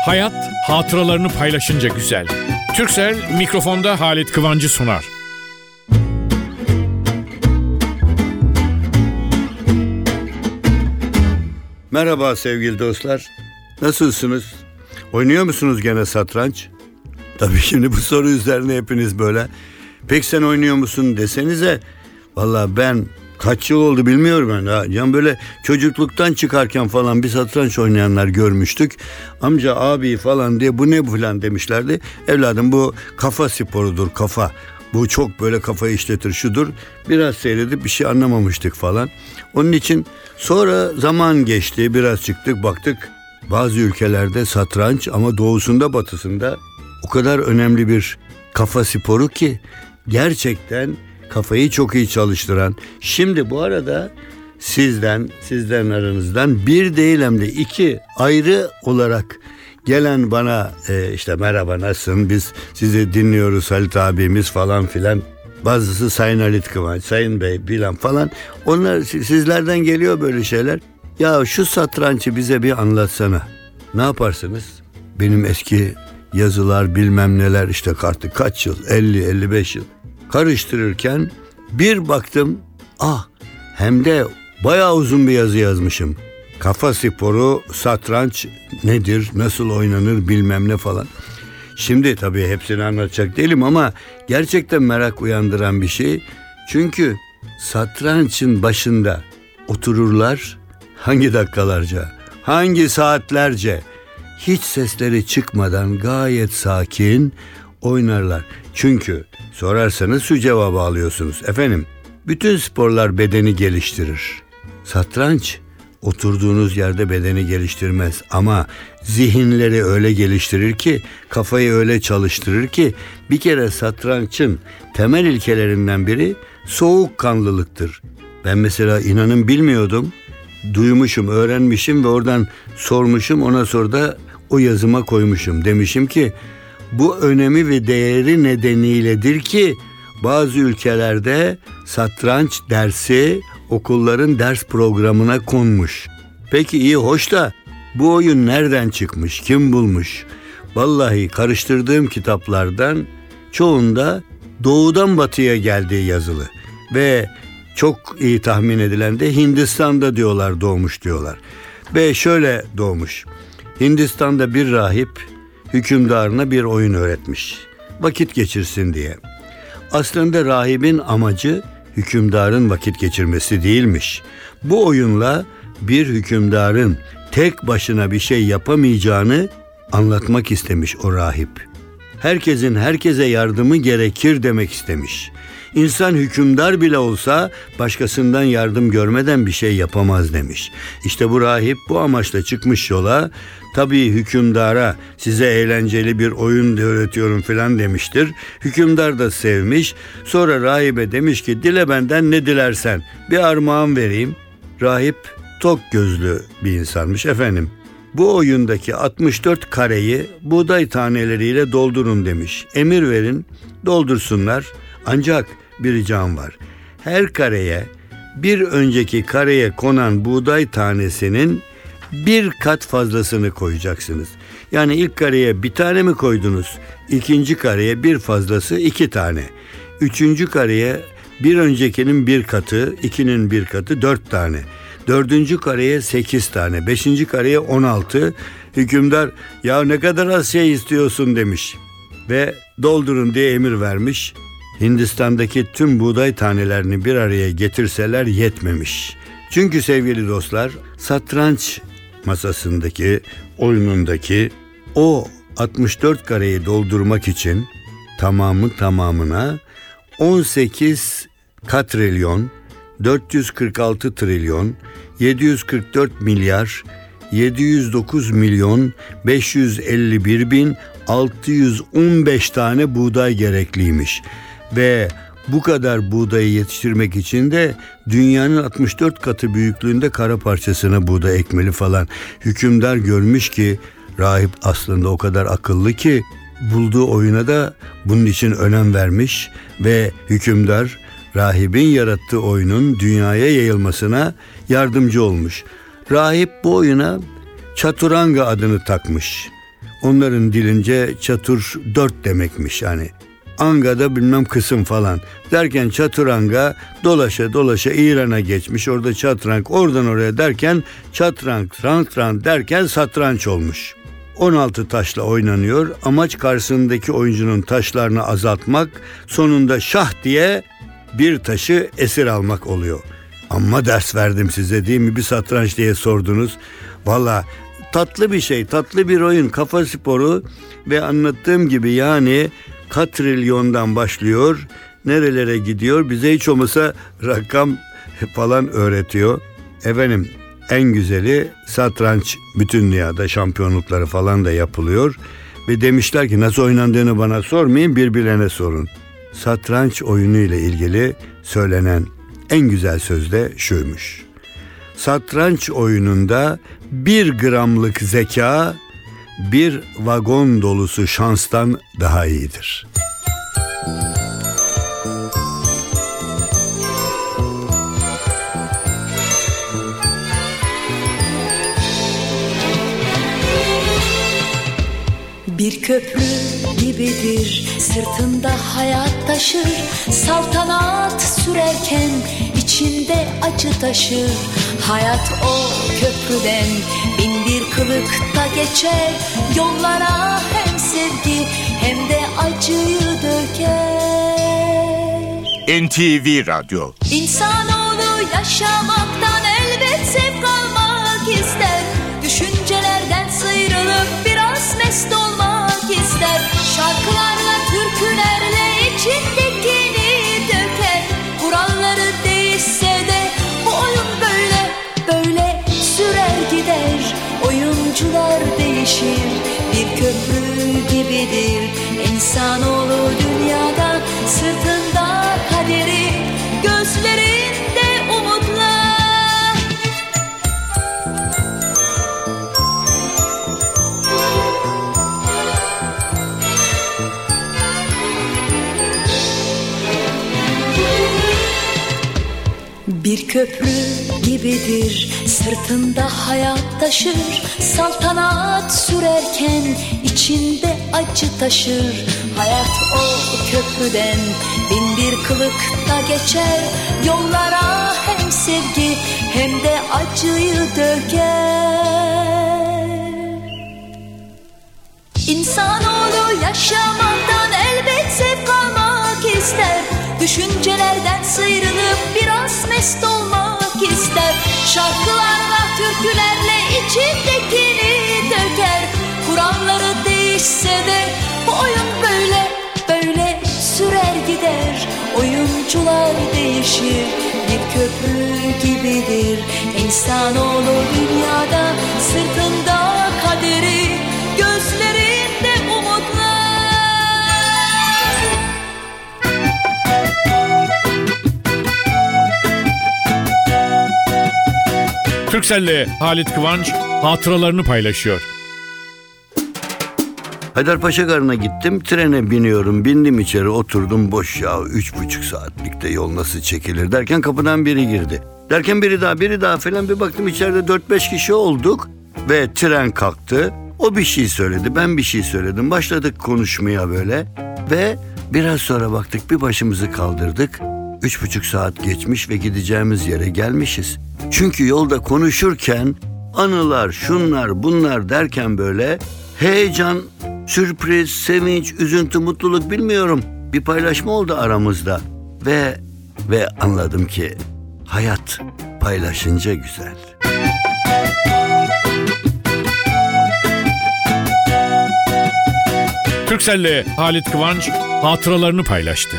Hayat hatıralarını paylaşınca güzel. Turkcell mikrofonda Halit Kıvancı sunar. Merhaba sevgili dostlar. Nasılsınız? Oynuyor musunuz gene satranç? Tabii şimdi bu soru üzerine hepiniz böyle pek sen oynuyor musun desenize. Vallahi ben kaç yıl oldu bilmiyorum ben. Yani böyle çocukluktan çıkarken falan bir satranç oynayanlar görmüştük. Amca abi falan diye bu ne bu falan demişlerdi. Evladım bu kafa sporudur, kafa. Bu çok böyle kafayı işletir şudur. Biraz seyredip bir şey anlamamıştık falan. Onun için sonra zaman geçti, biraz çıktık baktık. Bazı ülkelerde satranç ama doğusunda batısında o kadar önemli bir kafa sporu ki gerçekten kafayı çok iyi çalıştıran. Şimdi bu arada sizlerin aranızdan bir değil hem de iki ayrı olarak gelen bana işte merhaba nasılsın, biz sizi dinliyoruz Halit abimiz falan filan. Bazısı Sayın Halit Kıvanç, Sayın Bey bilen falan. Onlar sizlerden geliyor böyle şeyler. Ya şu satrançı bize bir anlatsana. Ne yaparsınız? Benim eski yazılar bilmem neler işte kartı kaç yıl 50-55 yıl karıştırırken bir baktım hem de bayağı uzun bir yazı yazmışım. Kafa sporu, satranç nedir, nasıl oynanır bilmem ne falan. Şimdi tabii hepsini anlatacak değilim ama gerçekten merak uyandıran bir şey. Çünkü satrançın başında otururlar hangi dakikalarca, hangi saatlerce hiç sesleri çıkmadan gayet sakin oynarlar. Çünkü sorarsanız şu cevabı alıyorsunuz. Efendim, bütün sporlar bedeni geliştirir. Satranç oturduğunuz yerde bedeni geliştirmez ama zihinleri öyle geliştirir ki, kafayı öyle çalıştırır ki bir kere satrançın temel ilkelerinden biri soğukkanlılıktır. Ben mesela inanın bilmiyordum. Duymuşum, öğrenmişim ve oradan sormuşum, ona sonra da o yazıma koymuşum. Demişim ki bu önemi ve değeri nedeniyledir ki bazı ülkelerde satranç dersi okulların ders programına konmuş. Peki iyi hoş da bu oyun nereden çıkmış, kim bulmuş? Vallahi karıştırdığım kitaplardan çoğunda doğudan batıya geldiği yazılı ve çok iyi tahmin edilen de Hindistan'da diyorlar, doğmuş diyorlar. Ve şöyle doğmuş. Hindistan'da bir rahip hükümdarına bir oyun öğretmiş. Vakit geçirsin diye. Aslında rahibin amacı hükümdarın vakit geçirmesi değilmiş. Bu oyunla bir hükümdarın tek başına bir şey yapamayacağını anlatmak istemiş o rahip. Herkesin herkese yardımı gerekir demek istemiş. İnsan hükümdar bile olsa başkasından yardım görmeden bir şey yapamaz demiş. İşte bu rahip bu amaçla çıkmış yola. Tabii hükümdara size eğlenceli bir oyun öğretiyorum filan demiştir. Hükümdar da sevmiş. Sonra rahibe demiş ki dile benden ne dilersen, bir armağan vereyim. Rahip tok gözlü bir insanmış efendim. Bu oyundaki 64 kareyi buğday taneleriyle doldurun demiş. Emir verin, doldursunlar. Ancak bir ricam var. Her kareye bir önceki kareye konan buğday tanesinin bir kat fazlasını koyacaksınız. Yani ilk kareye bir tane mi koydunuz? İkinci kareye bir fazlası 2 tane. Üçüncü kareye bir öncekinin bir katı, 2'nin bir katı 4 tane. Dördüncü kareye 8 tane. Beşinci kareye 16. Hükümdar ya ne kadar az şey istiyorsun demiş. Ve doldurun diye emir vermiş. Hindistan'daki tüm buğday tanelerini bir araya getirseler yetmemiş. Çünkü sevgili dostlar, satranç masasındaki, oyunundaki o 64 kareyi doldurmak için tamamına 18 katrilyon, 446 trilyon, 744 milyar, 709 milyon, 551 bin, 615 tane buğday gerekliymiş. Ve bu kadar buğdayı yetiştirmek için de dünyanın 64 katı büyüklüğünde kara parçasına buğday ekmeli falan. Hükümdar görmüş ki rahip aslında o kadar akıllı ki bulduğu oyuna da bunun için önem vermiş ve hükümdar rahibin yarattığı oyunun dünyaya yayılmasına yardımcı olmuş. Rahip bu oyuna Çaturanga adını takmış. onların dilince çatur 4 demekmiş yani. Anga'da bilmem kısım falan derken çaturanga dolaşa dolaşa İran'a geçmiş, orada çatrank, oradan oraya derken çatrank, rantran derken satranç olmuş. 16 taşla oynanıyor. Amaç karşısındaki oyuncunun taşlarını azaltmak, sonunda şah diye bir taşı esir almak oluyor. Amma ders verdim size değil mi? Bir satranç diye sordunuz. Valla tatlı bir şey, tatlı bir oyun, kafa sporu ve anlattığım gibi yani katrilyondan başlıyor, nerelere gidiyor, bize hiç olmasa rakam falan öğretiyor. Efendim, en güzeli satranç, bütün dünyada şampiyonlukları falan da yapılıyor. Ve demişler ki nasıl oynandığını bana sormayın, birbirlerine sorun. Satranç oyunu ile ilgili söylenen en güzel söz de şuymuş: satranç oyununda 1 gramlık zeka bir vagon dolusu şanstan daha iyidir. Bir köprü gibidir, sırtında hayat taşır. Saltanat sürerken içinde acı taşır. Hayat o köprüden 1001 kılıkta geçer. Yollara hem sevgi hem de acıyı döker. NTV Radyo. İnsanoğlu yaşamaktan elbet zevk almak ister. Düşüncelerden sıyrılıp biraz mest olmak ister. Şarkılarla, türkülerle içindekini döker. Kuralları değişse de bu oyun böyle, böyle sürer gider. Oyuncular değişir, bir köprü gibidir. İnsanoğlu dünyada, sırtında kaderi, gözlerinde umutlar. Bir köprü gibidir, sırtında hayat taşır. Saltanat sürerken içinde acı taşır. Hayat o köprüden 1001 kılıkta geçer. Yollara hem sevgi hem de acıyı döker. İnsanoğlu yaşamaktan elbet zevk almak ister. Düşüncelerden sıyrılıp biraz mest olmak ister. Şarkılarla, türkülerle içindekini döker. Kuralları değişse de bu oyun böyle, böyle sürer gider. Oyuncular değişir, bir köprü gibidir. İnsanoğlu dünyada, sırtında kaderi, gözlerinde umutlar. Turkcell'le Halit Kıvanç hatıralarını paylaşıyor. Haydarpaşa Garı'na gittim, trene biniyorum, bindim içeri, oturdum, boş ya, 3,5 saatlikte yol nasıl çekilir derken kapıdan biri girdi. Derken biri daha falan, bir baktım içeride 4-5 kişi olduk ve tren kalktı. O bir şey söyledi, ben bir şey söyledim, başladık konuşmaya böyle ve biraz sonra baktık, bir başımızı kaldırdık. 3,5 saat geçmiş ve gideceğimiz yere gelmişiz. Çünkü yolda konuşurken anılar, şunlar bunlar derken böyle heyecan, sürpriz, sevinç, üzüntü, mutluluk, bilmiyorum, bir paylaşma oldu aramızda ve anladım ki hayat paylaşınca güzel. Turkcell'le Halit Kıvanç hatıralarını paylaştı.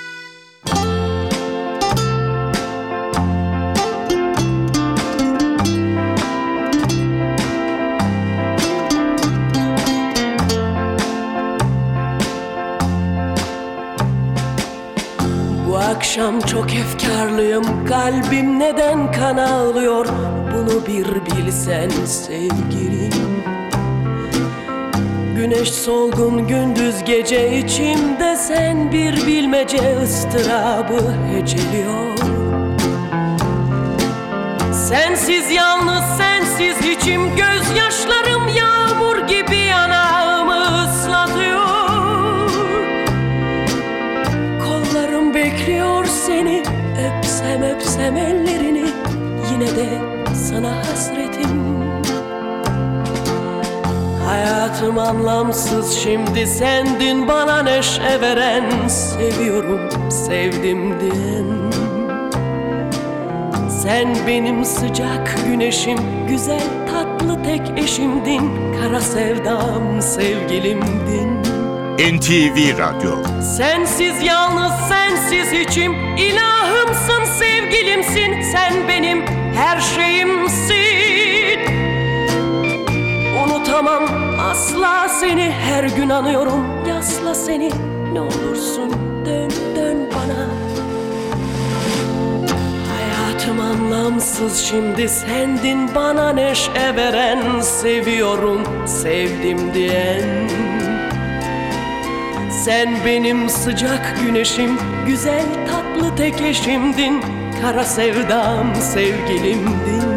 Bu akşam çok efkarlıyım, kalbim neden kan ağlıyor, bunu bir bilsen sevgilim. Güneş solgun, gündüz gece, içimde sen bir bilmece, ıstırabı heceliyor. Sensiz, yalnız sensiz, içim gözyaşlarım yağmur gibi yanar. öpsem ellerini, yine de sana hasretim. Hayatım anlamsız şimdi, sendin bana neşe veren, seviyorum sevdim diyen. Sen benim sıcak güneşim, güzel tatlı tek eşimdin, kara sevdam sevgilimdin. NTV Radyo. Sensiz yalnız, sensiz hiçim, ilahımsın sevgilimsin, sen benim her şeyimsin. Unutamam asla seni, her gün anıyorum yasla seni, ne olursun dön dön bana. Hayatım anlamsız şimdi, sendin bana neşe veren, seviyorum sevdim diyen. Sen benim sıcak güneşim, güzel tatlı tek eşimdin, kara sevdam sevgilimdin.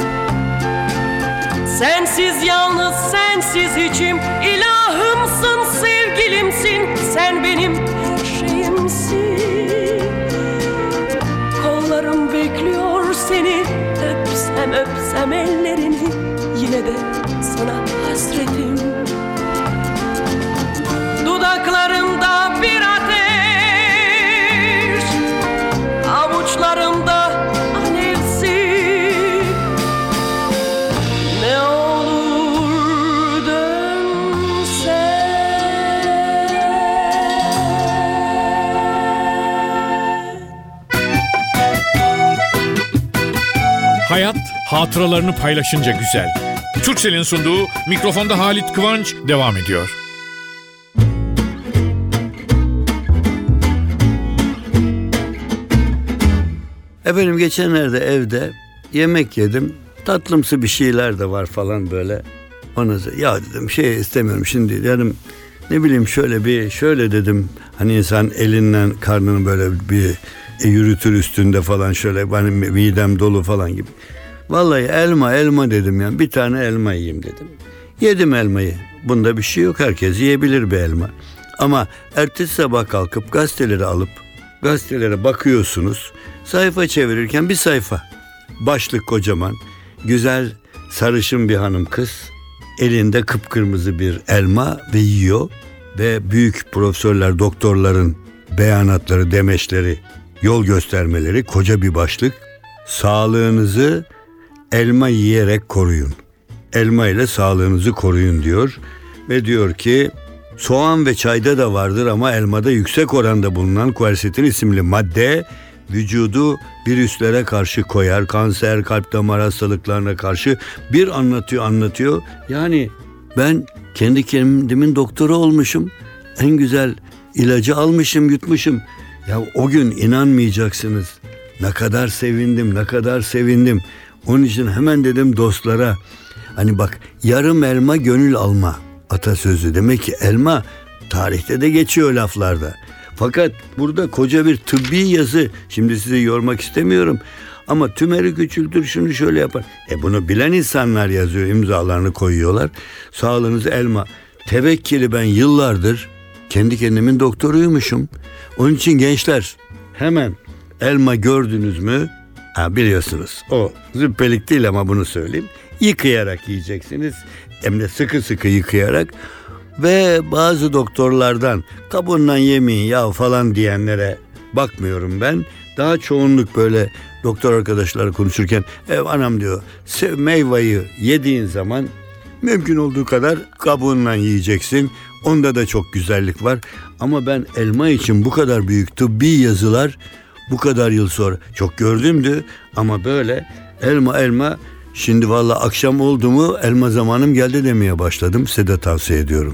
Sensiz yalnız, sensiz hiçim, ilahımsın sevgilimsin, sen benim her şeyimsin. Kollarım bekliyor seni, öpsem öpsem ellerini, yine de sana hasretim. Dudaklarımda bir ateş, avuçlarımda alevsin. Ne olur dönsen. Hayat hatıralarını paylaşınca güzel. Turkcell'in sunduğu Mikrofonda Halit Kıvanç devam ediyor. Efendim geçenlerde evde yemek yedim. Tatlımsı bir şeyler de var falan böyle. Ona ya dedim şey istemiyorum şimdi. Dedim ne bileyim şöyle dedim. Hani insan elinden karnını böyle bir yürütür üstünde falan şöyle. Hani midem dolu falan gibi. Vallahi elma dedim yani. Bir tane elma yiyeyim dedim. Yedim elmayı. Bunda bir şey yok. Herkes yiyebilir bir elma. Ama ertesi sabah kalkıp gazetelere bakıyorsunuz. Sayfa çevirirken bir sayfa. Başlık kocaman. Güzel sarışın bir hanım kız. Elinde kıpkırmızı bir elma ve yiyor. Ve büyük profesörler, doktorların beyanatları, demeçleri, yol göstermeleri, koca bir başlık. Sağlığınızı elma yiyerek koruyun. Elma ile sağlığınızı koruyun diyor. Ve diyor ki soğan ve çayda da vardır ama elmada yüksek oranda bulunan kuersetin isimli madde vücudu virüslere karşı koyar. Kanser, kalp damar hastalıklarına karşı bir anlatıyor. Yani ben kendi kendimin doktoru olmuşum. En güzel ilacı almışım, yutmuşum. Ya o gün inanmayacaksınız. Ne kadar sevindim. Onun için hemen dedim dostlara. Hani bak, yarım elma gönül alma atasözü. Demek ki elma tarihte de geçiyor laflarda. Fakat burada koca bir tıbbi yazı. Şimdi sizi yormak istemiyorum. Ama tümörü küçültür, şunu şöyle yapar. Bunu bilen insanlar yazıyor, imzalarını koyuyorlar. Sağlığınız elma. Tevekkili ben yıllardır kendi kendimin doktoruymuşum. Onun için gençler hemen elma gördünüz mü? Biliyorsunuz o züppelik değil ama bunu söyleyeyim. Yıkayarak yiyeceksiniz. Hem de sıkı sıkı yıkayarak. Ve bazı doktorlardan kabuğundan yemeyin ya falan diyenlere bakmıyorum ben. Daha çoğunluk böyle doktor arkadaşlar konuşurken anam diyor meyveyi yediğin zaman mümkün olduğu kadar kabuğundan yiyeceksin. Onda da çok güzellik var. Ama ben elma için bu kadar büyük tıbbi yazılar bu kadar yıl sonra çok gördümdü. Ama böyle elma şimdi vallahi akşam oldu mu elma zamanım geldi demeye başladım. Size de tavsiye ediyorum.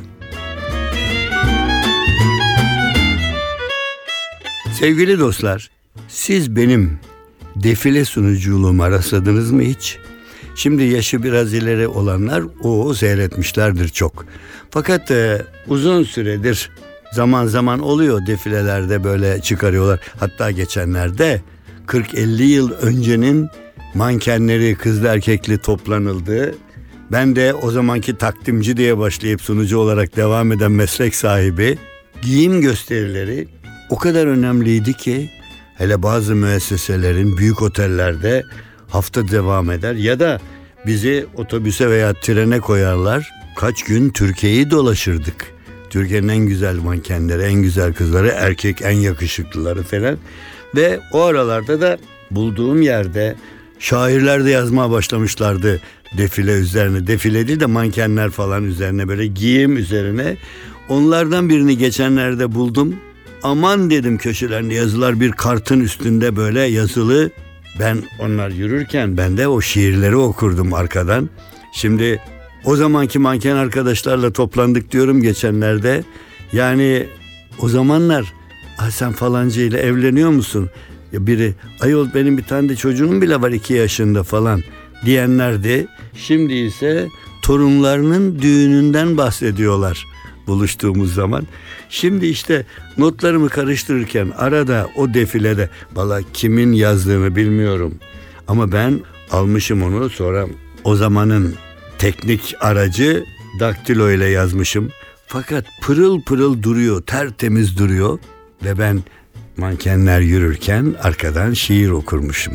Sevgili dostlar, siz benim defile sunuculuğuma rastladınız mı hiç? Şimdi yaşı biraz ileri olanlar seyretmişlerdir çok. Fakat uzun süredir zaman zaman oluyor defilelerde böyle çıkarıyorlar. Hatta geçenlerde 40-50 yıl öncenin mankenleri kızlı erkekli toplanıldı. Ben de o zamanki takdimci diye başlayıp sunucu olarak devam eden meslek sahibi, giyim gösterileri o kadar önemliydi ki hele bazı müesseselerin büyük otellerde hafta devam eder ya da bizi otobüse veya trene koyarlar. Kaç gün Türkiye'yi dolaşırdık. Türkiye'nin en güzel mankenleri, en güzel kızları, erkek en yakışıklıları falan. Ve o aralarda da bulduğum yerde şairler de yazmaya başlamışlardı defile üzerine. Defile değil de mankenler falan üzerine, böyle giyim üzerine. Onlardan birini geçenlerde buldum. Aman dedim, köşelerinde yazılar, bir kartın üstünde böyle yazılı. Ben onlar yürürken ben de o şiirleri okurdum arkadan. Şimdi o zamanki manken arkadaşlarla toplandık diyorum geçenlerde. Yani o zamanlar sen falanca ile evleniyor musun? Ya biri, ayol benim bir tane de çocuğum bile var 2 yaşında falan diyenlerdi. Şimdi ise torunlarının düğününden bahsediyorlar buluştuğumuz zaman. Şimdi işte notlarımı karıştırırken arada o defilede, valla kimin yazdığını bilmiyorum. Ama ben almışım onu, sonra o zamanın teknik aracı daktilo ile yazmışım. Fakat pırıl pırıl duruyor, tertemiz duruyor ve ben mankenler yürürken arkadan şiir okurmuşum.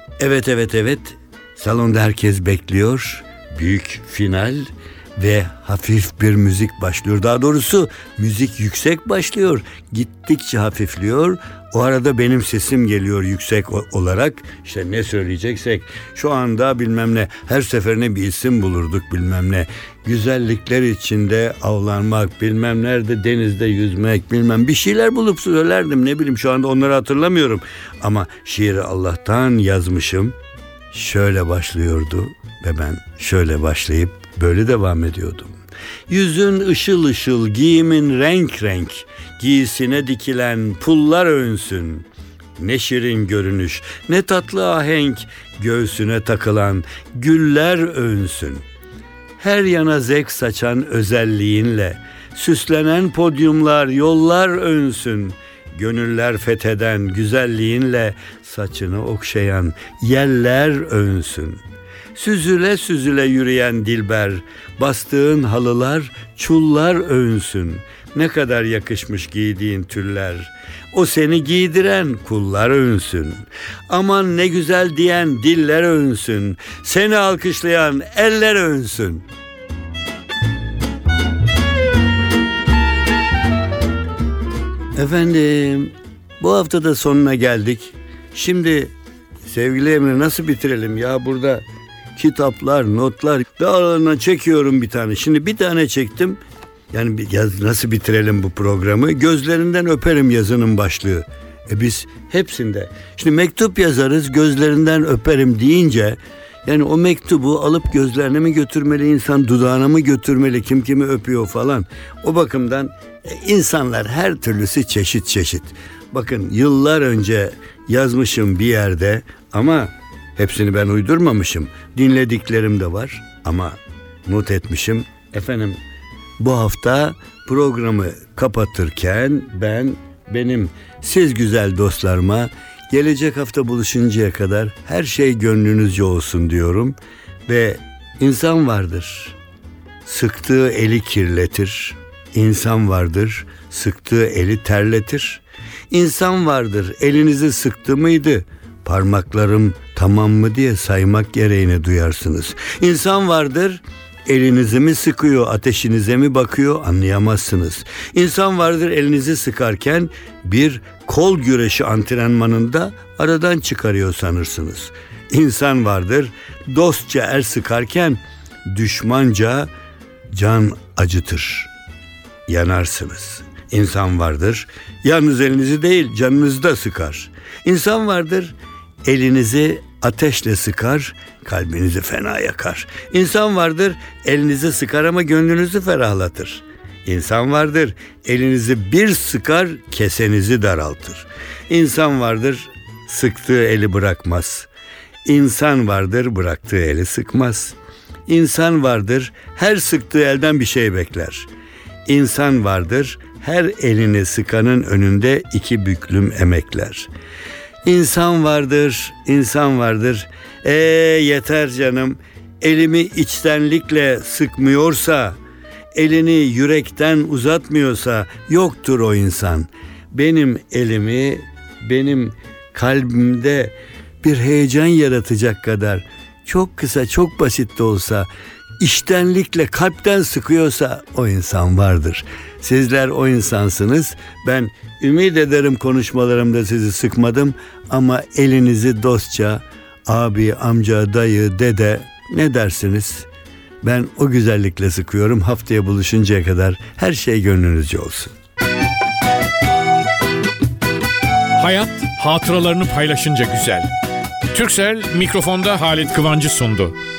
Evet. Salonda herkes bekliyor. Büyük final ve hafif bir müzik başlıyor. Daha doğrusu müzik yüksek başlıyor. Gittikçe hafifliyor. O arada benim sesim geliyor yüksek olarak. İşte ne söyleyeceksek, şu anda bilmem ne, her seferine bir isim bulurduk bilmem ne. Güzellikler içinde avlanmak, bilmem nerede denizde yüzmek, bilmem bir şeyler bulup söylerdim, ne bileyim, şu anda onları hatırlamıyorum. Ama şiiri Allah'tan yazmışım. Şöyle başlıyordu ve ben şöyle başlayıp böyle devam ediyordum. Yüzün ışıl ışıl, giyimin renk renk, giysine dikilen pullar önsün. Ne şirin görünüş, ne tatlı ahenk, göğsüne takılan güller önsün. Her yana zevk saçan özelliğinle, süslenen podyumlar, yollar önsün. Gönüller fetheden güzelliğinle, saçını okşayan yeller önsün. Süzüle süzüle yürüyen dilber, bastığın halılar, çullar önsün. Ne kadar yakışmış giydiğin tüller, o seni giydiren kullar önsün. Aman ne güzel diyen diller önsün, seni alkışlayan eller önsün. Efendim, bu hafta da sonuna geldik. Şimdi sevgili Emre, nasıl bitirelim ya, burada kitaplar, notlar, ve aralarına çekiyorum bir tane. Şimdi bir tane çektim. Yani nasıl bitirelim bu programı? Gözlerinden öperim yazının başlığı. Biz hepsinde. Şimdi mektup yazarız, gözlerinden öperim deyince, yani o mektubu alıp gözlerine mi götürmeli insan, dudağına mı götürmeli, kim kimi öpüyor falan. O bakımdan insanlar her türlüsü çeşit çeşit. Bakın, yıllar önce yazmışım bir yerde ama hepsini ben uydurmamışım. Dinlediklerim de var ama not etmişim. Efendim, bu hafta programı kapatırken benim siz güzel dostlarıma gelecek hafta buluşuncaya kadar her şey gönlünüzce olsun diyorum. Ve insan vardır, sıktığı eli kirletir. İnsan vardır, sıktığı eli terletir. İnsan vardır, elinizi sıktı mıydı, parmaklarım tamam mı diye saymak gereğini duyarsınız. İnsan vardır, elinizi mi sıkıyor, ateşinize mi bakıyor anlayamazsınız. İnsan vardır, elinizi sıkarken bir kol güreşi antrenmanında aradan çıkarıyor sanırsınız. İnsan vardır, dostça el sıkarken düşmanca can acıtır, yanarsınız. İnsan vardır, yalnız elinizi değil canınızı da sıkar. İnsan vardır, elinizi ateşle sıkar, kalbinizi fena yakar. İnsan vardır, elinizi sıkar ama gönlünüzü ferahlatır. İnsan vardır, elinizi bir sıkar, kesenizi daraltır. İnsan vardır, sıktığı eli bırakmaz. İnsan vardır, bıraktığı eli sıkmaz. İnsan vardır, her sıktığı elden bir şey bekler. İnsan vardır, her elini sıkanın önünde 2 büklüm emekler. İnsan vardır, insan vardır. Yeter canım, elimi içtenlikle sıkmıyorsa, elini yürekten uzatmıyorsa yoktur o insan. Benim elimi, benim kalbimde bir heyecan yaratacak kadar çok kısa, çok basit de olsa içtenlikle kalpten sıkıyorsa o insan vardır. Sizler o insansınız. Ben ümit ederim konuşmalarımda sizi sıkmadım ama elinizi dostça abi, amca, dayı, dede ne dersiniz? Ben o güzellikle sıkıyorum. Haftaya buluşuncaya kadar her şey gönlünüzce olsun. Hayat hatıralarını paylaşınca güzel. Turkcell mikrofonda Halit Kıvancı sundu.